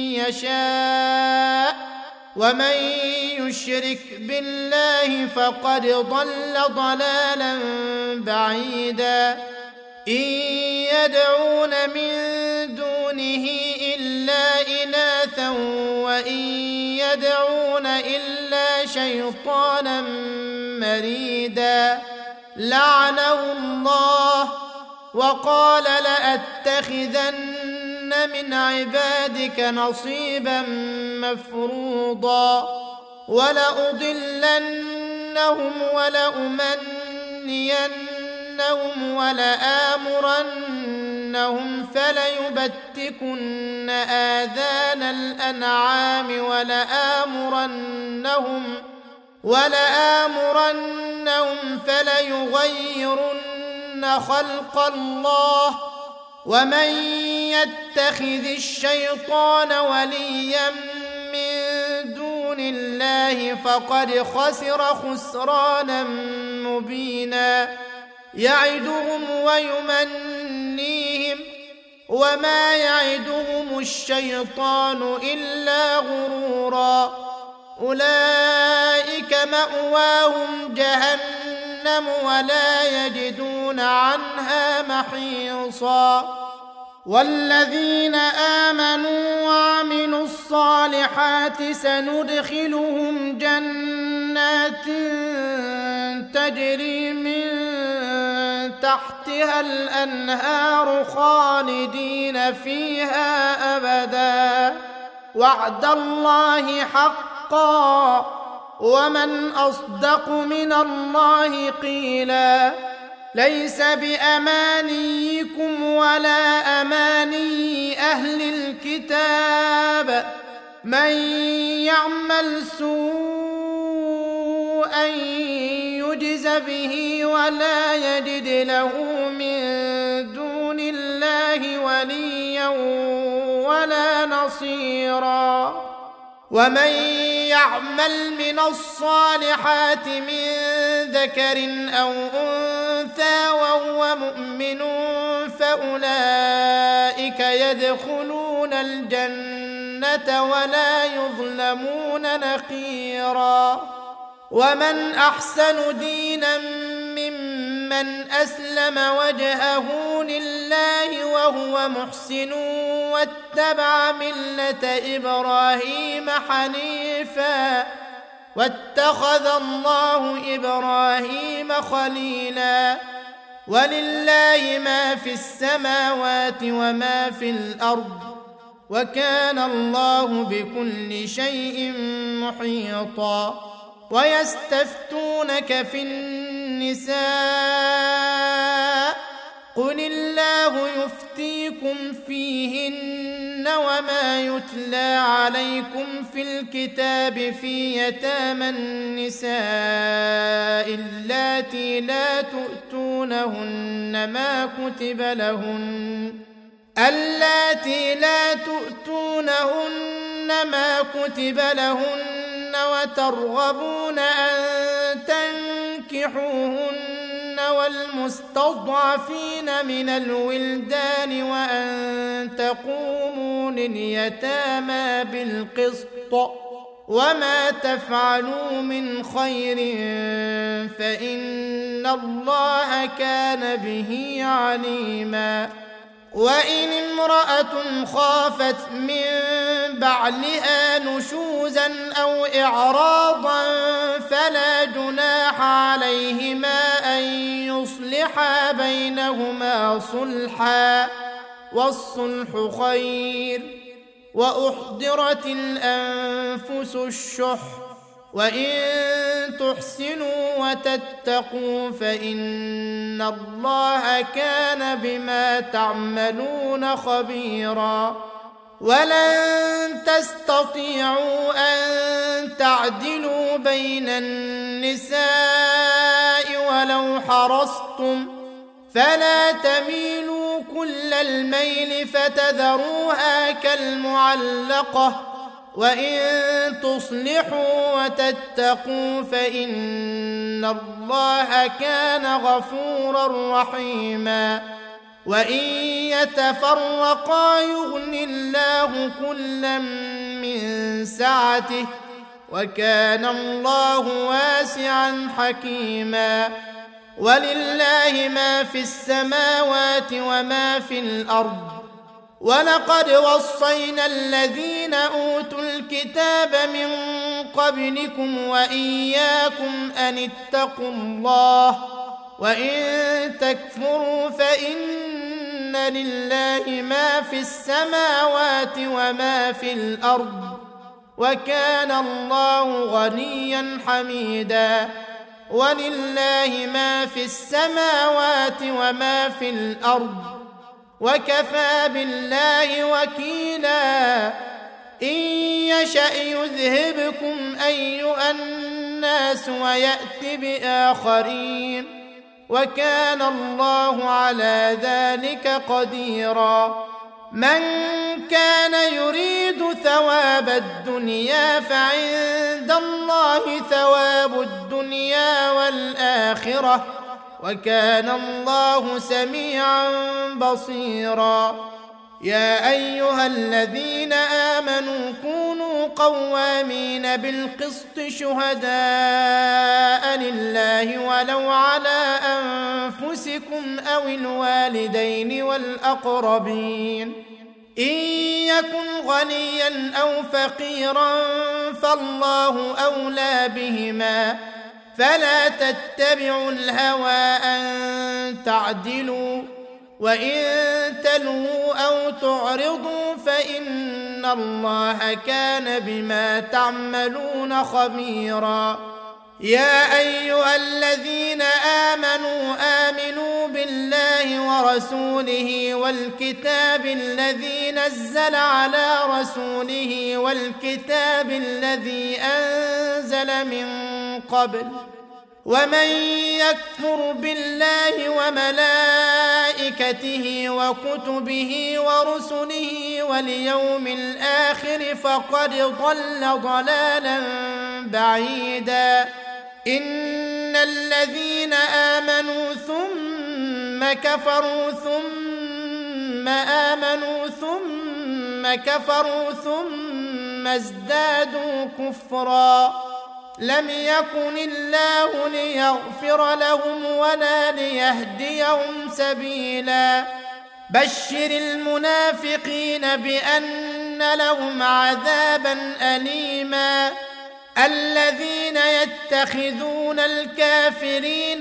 يشاء ومن يشرك بالله فقد ضل ضلالا بعيدا إن يدعون من دونه إلا إناثا وإن يدعون إلا شيطانا مريدا لعنه الله وقال لأتخذن من عبادك نصيبا مفروضا ولأضلنهم ولأمنينهم ولآمرنهم فليبتكن آذان الأنعام ولآمرنهم فليغيرن خلق الله ومن يتخذ الشيطان وليا من دون الله فقد خسر خسرانا مبينا يعدهم ويمنيهم وما يعدهم الشيطان إلا غرورا أولئك مأواهم جهنم ولا يجدون عنها محيصا والذين آمنوا وعملوا الصالحات سندخلهم جنات تجري من تحتها الأنهار خالدين فيها أبدا وعد الله حقا ومن أصدق من الله قيلا ليس بأمانيكم ولا أماني أهل الكتاب من يعمل سوءا يجز به ولا يجد له من دون الله وليا ولا نصيرا ومن يعمل من الصالحات من ذكر أو أنثى وهو مؤمن فأولئك يدخلون الجنة ولا يظلمون نقيرا ومن أحسن دينا ممن أسلم وجهه لله وهو محسن واتبع ملة إبراهيم حنيفا واتخذ الله إبراهيم خليلا ولله ما في السماوات وما في الأرض وكان الله بكل شيء محيطا ويستفتونك في النساء قل الله يفتيكم فيهن وما يتلى عليكم في الكتاب في يتامى النساء اللاتي لا تؤتونهن ما كتب لهن وترغبون أن تنكحوهن والمستضعفين من الولدان وأن تقوموا لليتامى بالقسط وما تفعلوا من خير فإن الله كان به عليما وإن امرأة خافت من بعلها نشوزا أو إعراضا فلا جناح عليهما أن يصلحا بينهما صلحا والصلح خير وأحضرت الأنفس الشح وإن تحسنوا وتتقوا فإن الله كان بما تعملون خبيرا ولن تستطيعوا أن تعدلوا بين النساء ولو حرصتم فلا تميلوا كل الميل فتذروها كالمعلقة وإن تصلحوا وتتقوا فإن الله كان غفورا رحيما وإن يتفرقا يغن الله كلا من سعته وكان الله واسعا حكيما ولله ما في السماوات وما في الأرض ولقد وصينا الذين أوتوا الكتاب من قبلكم وإياكم أن اتقوا الله وإن تكفروا فإن لله ما في السماوات وما في الأرض وكان الله غنيا حميدا ولله ما في السماوات وما في الأرض وكفى بالله وكيلا إن يشأ يذهبكم أيها الناس ويأت بآخرين وكان الله على ذلك قديرا من كان يريد ثواب الدنيا فعند الله ثواب الدنيا والآخرة وكان الله سميعا بصيرا يا أيها الذين آمنوا كونوا قوامين بالقسط شهداء لله ولو على أنفسكم أو الوالدين والأقربين إن يكن غنيا أو فقيرا فالله أولى بهما فلا تتبعوا الهوى أن تعدلوا وإن تلووا أو تعرضوا فإن الله كان بما تعملون خبيرا يا أيها الذين آمنوا بالله ورسوله والكتاب الذي نزل على رسوله والكتاب الذي أنزل من قبل ومن يكفر بالله وملائكته وكتبه ورسله واليوم الآخر فقد ضل ضلالا بعيدا إن الذين آمنوا ثم كفروا ثم آمنوا ثم كفروا ثم ازدادوا كفرا لم يكن الله ليغفر لهم ولا ليهديهم سبيلا بشر المنافقين بأن لهم عذابا أليما الذين يتخذون الكافرين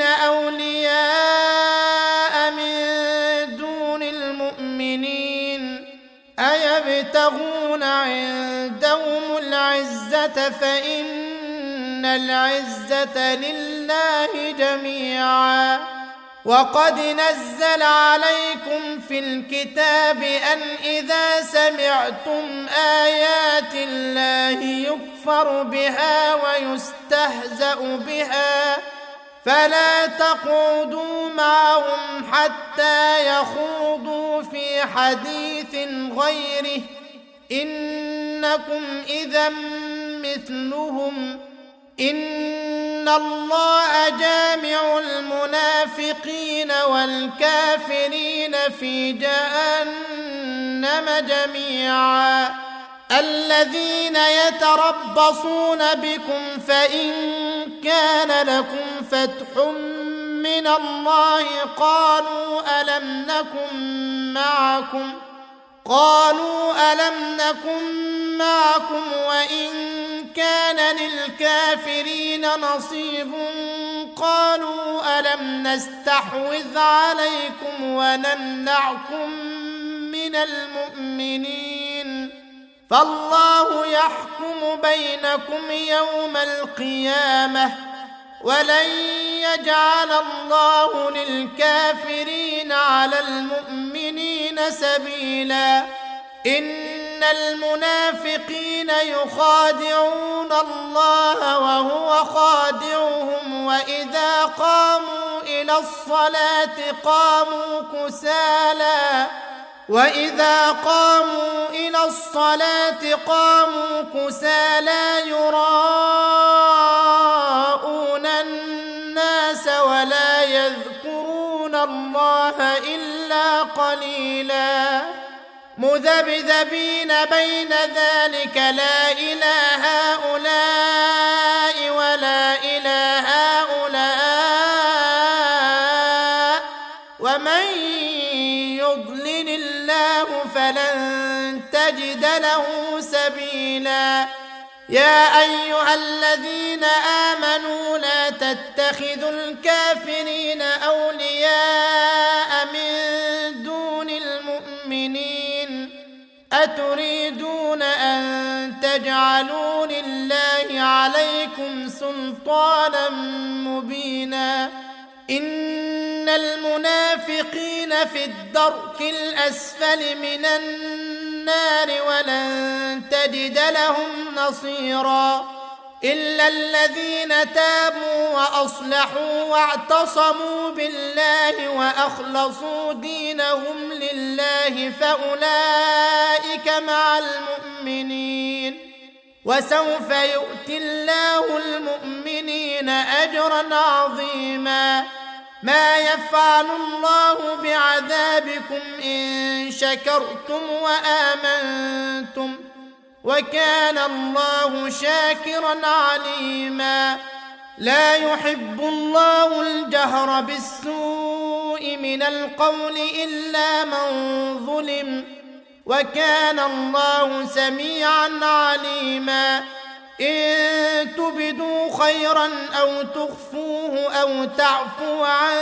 أولياء من دون المؤمنين أيبتغون عندهم العزة فإن العزة لله جميعا وقد نزل عليكم في الكتاب أن إذا سمعتم آيات الله يكفر بها ويستهزأ بها فلا تقعدوا معهم حتى يخوضوا في حديث غيره إنكم إذا مثلهم إن الله جامع المنافقين والكافرين في جهنم جميعا الذين يتربصون بكم فإن كان لكم فتح من الله قالوا ألم نكن معكم وإن كان للكافرين نصيب قالوا ألم نستحوذ عليكم ونمنعكم من المؤمنين فالله يحكم بينكم يوم القيامة ولن يجعل الله للكافرين على المؤمنين سبيلا إن المنافقين يخادعون الله وهو خادعهم وإذا قاموا إلى الصلاة قاموا كسالى وإذا قاموا إلى الصلاة قاموا كسالى يراءون الناس ولا يذكرون الله إلا قليلا مذبذبين بين ذلك لا إله هؤلاء ولا إله هؤلاء ومن يضلل الله فلن تجد له سبيلا يا أيها الذين آمنوا لا تتخذوا الكافرين أولياء من دون المؤمنين أتريدون أن تجعلوا لله عليكم سلطانا مبينا إن المنافقين في الدرك الأسفل من النار ولن تجد لهم نصيرا إلا الذين تابوا وأصلحوا واعتصموا بالله وأخلصوا دينهم لله فأولئك مع المؤمنين وسوف يؤتي الله المؤمنين أجرا عظيما ما يفعل الله بعذابكم إن شكرتم وآمنتم وكان الله شاكرا عليما لا يحب الله الجهر بالسوء من القول إلا من ظلم وكان الله سميعا عليما إن تبدوا خيرا أو تخفوه أو تعفو عن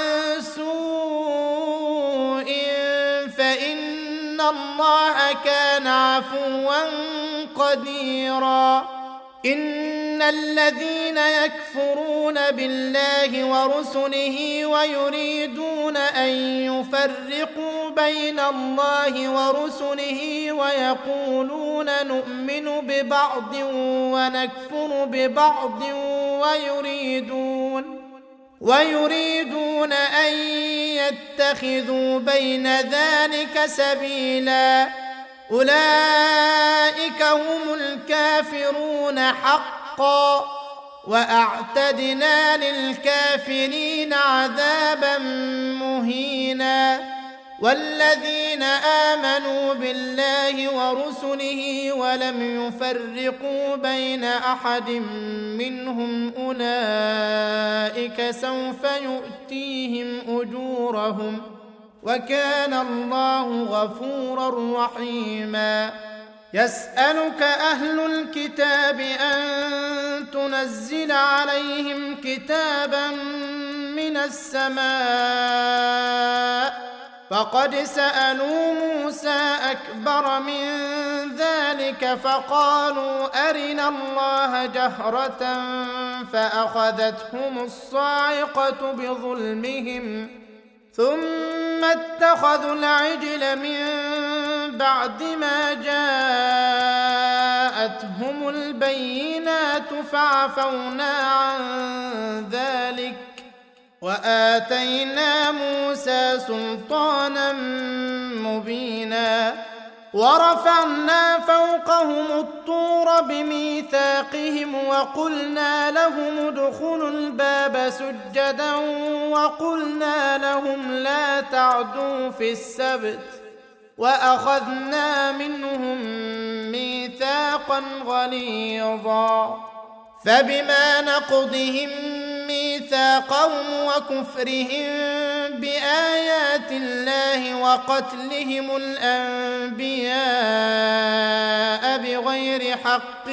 سوء فإن الله كان عفوا قديرا إن الذين يكفرون بالله ورسله ويريدون أن يفرقوا بين الله ورسله ويقولون نؤمن ببعض ونكفر ببعض ويريدون أن يتخذوا بين ذلك سبيلا أولئك هم الكافرون حقا وأعتدنا للكافرين عذابا مهينا والذين آمنوا بالله ورسله ولم يفرقوا بين أحد منهم أولئك سوف يؤتيهم أجورهم وكان الله غفورا رحيما يسألك أهل الكتاب أن تنزل عليهم كتابا من السماء فقد سألوا موسى أكبر من ذلك فقالوا أرنا الله جهرة فأخذتهم الصاعقة بظلمهم ثم اتخذوا العجل من بعد ما جاءتهم البينات فعفونا عن ذلك وآتينا موسى سلطانا مبينا ورفعنا فوقهم الطور بميثاقهم وقلنا لهم ادخلوا الباب سجدا وقلنا لهم لا تعدوا في السبت وأخذنا منهم ميثاقا غليظا فبما نقضهم ميثاقهم وكفرهم بآيات الله وقتلهم الأنبياء بغير حق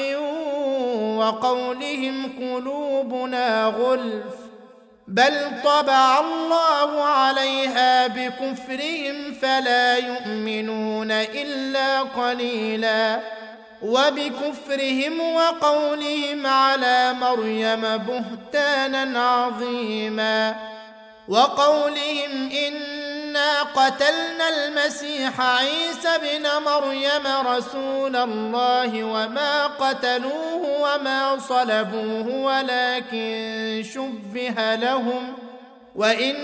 وقولهم قلوبنا غلف بل طبع الله عليها بكفرهم فلا يؤمنون إلا قليلا وبكفرهم وقولهم على مريم بهتانا عظيما وقولهم إنا قتلنا المسيح عيسى بن مريم رسول الله وما قتلوه وما صلبوه ولكن شبه لهم وإن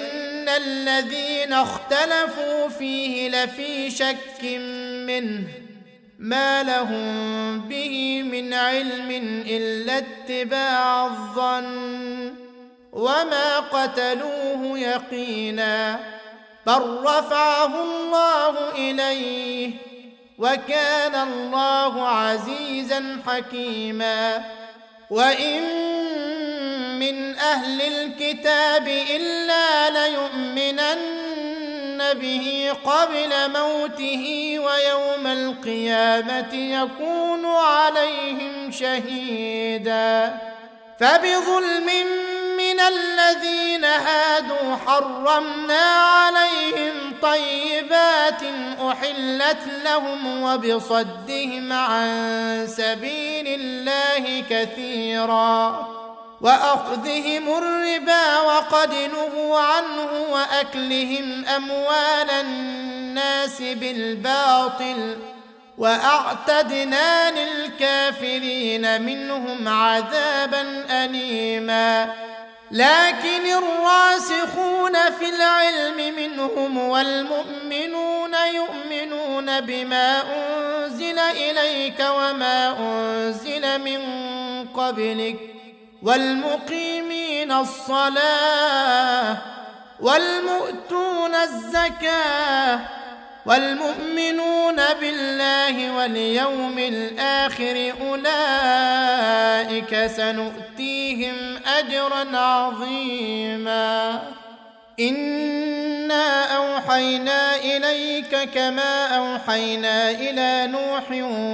إن الذين اختلفوا فيه لفي شك منه ما لهم به من علم إلا اتباع الظن وما قتلوه يقينا بل رفعه الله إليه وكان الله عزيزا حكيما وإن من أهل الكتاب إلا ليؤمنن به قبل موته ويوم القيامة يكون عليهم شهيدا فبظلم من الذين هادوا حرمنا عليهم طيبات أحلت لهم وبصدهم عن سبيل الله كثيرا وأخذهم الربا وقد نهوا عنه وأكلهم أموال الناس بالباطل وأعتدنا للكافرين منهم عذابا أليما لكن الراسخون في العلم منهم والمؤمنون يؤمنون بما أنزل إليك وما أنزل من قبلك والمقيمين الصلاة والمؤتون الزكاة والمؤمنون بالله واليوم الآخر أولئك سنؤتيهم أجرا عظيما إنا أوحينا إليك كما أوحينا إلى نوح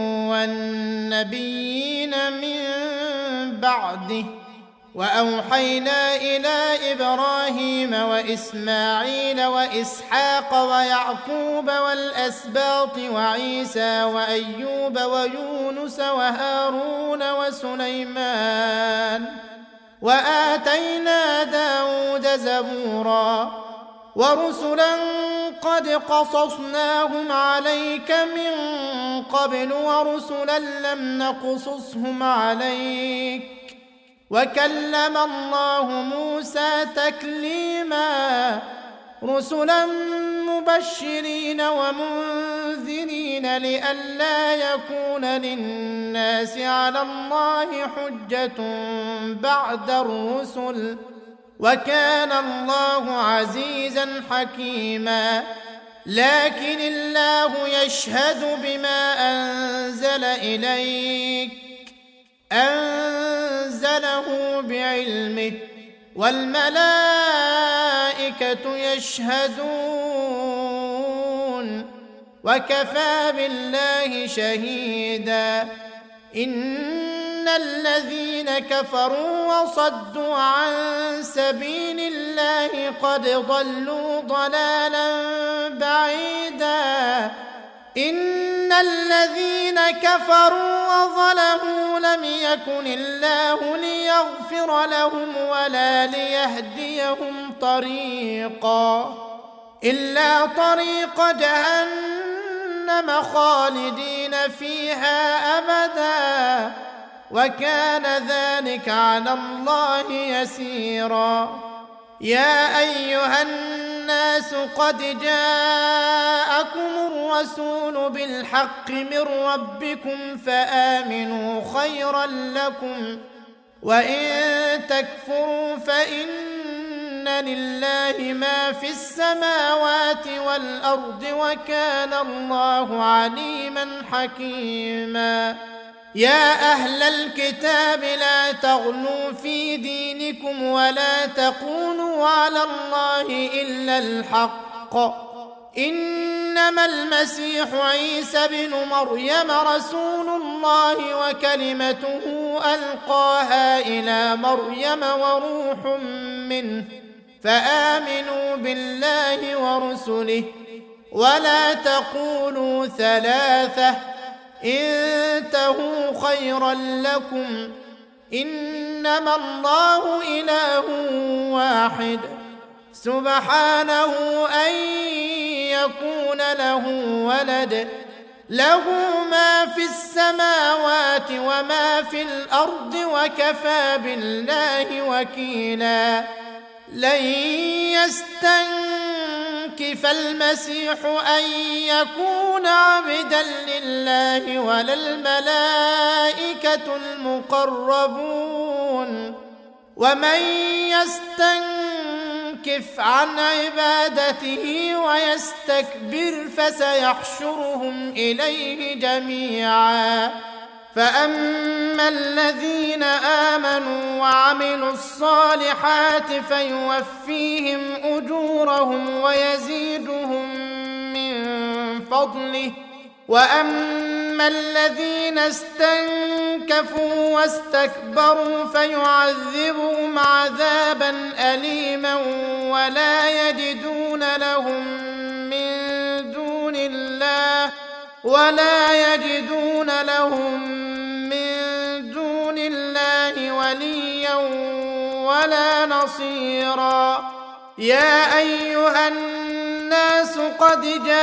والنبيين من بعده وأوحينا إلى إبراهيم وإسماعيل وإسحاق ويعقوب والأسباط وعيسى وأيوب ويونس وهارون وسليمان وآتينا داود زبورا ورسلا قد قصصناهم عليك من قبل ورسلا لم نقصصهم عليك وكلم الله موسى تكليما رسلا مبشرين ومنذرين لئلا يكون للناس على الله حجة بعد الرسل وكان الله عزيزا حكيما لكن الله يشهد بما أنزل إليك أنزله بعلمه والملائكة يشهدون وكفى بالله شهيدا إن الذين كفروا وصدوا عن سبيل الله قد ضلوا ضلالا بعيدا إن الذين كفروا وظلموا لم يكن الله ليغفر لهم ولا ليهديهم طريقا إلا طريق جهنم خالدين فيها أبدا وكان ذلك على الله يسيرا يا أيها الناس قد جاءكم الرسول بالحق من ربكم فآمنوا خيرا لكم وإن تكفروا فإن لله ما في السماوات والأرض وكان الله عليما حكيما يا أهل الكتاب لا تغلوا في دينكم ولا تقولوا على الله إلا الحق إنما المسيح عيسى بن مريم رسول الله وكلمته ألقاها إلى مريم وروح منه فآمنوا بالله ورسله ولا تقولوا ثلاثة انتهوا خيرا لكم إنما الله إله واحد سبحانه أن يكون له ولد له ما في السماوات وما في الأرض وكفى بالله وكيلا لن يستنكف المسيح أن يكون عبدا لله ولا الملائكة المقربون ومن يستنكف عن عبادته ويستكبر فسيحشرهم إليه جميعا فأما الذين آمنوا وعملوا الصالحات فيوفيهم أجورهم ويزيدهم من فضله وأما الذين استنكفوا واستكبروا فيعذبهم عذابا أليما ولا يجدون لهم من دون الله وليا ولا نصيرا يا أيها الناس قد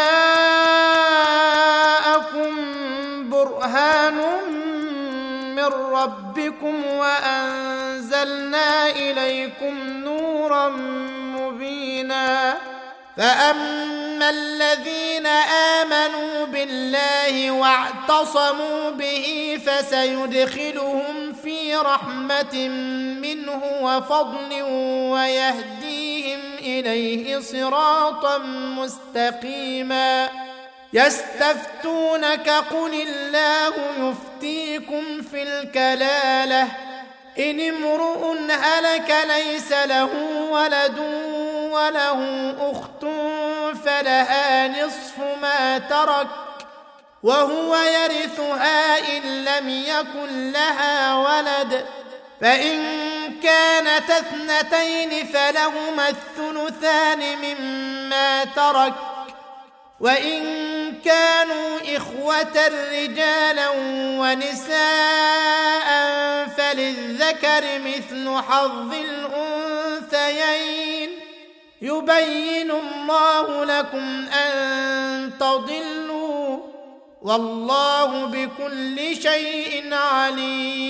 جاءكم برهان من ربكم وأنزلنا إليكم نورا مبينا فأما الذين آمنوا بالله واعتصموا به فسيدخلهم في رحمة منه وفضل ويهديهم إليه صراطا مستقيما يستفتونك قل الله يفتيكم في الكلالة إن امرؤ هلك ليس له ولد وله أخت فلها نصف ما ترك وهو يرثها إن لم يكن لها ولد فإن كانت اثنتين فلهما الثلثان مما ترك وإن كانوا إخوة رجالا ونساء فللذكر مثل حظ الأنثيين يبين الله لكم أن تضلوا والله بكل شيء عليم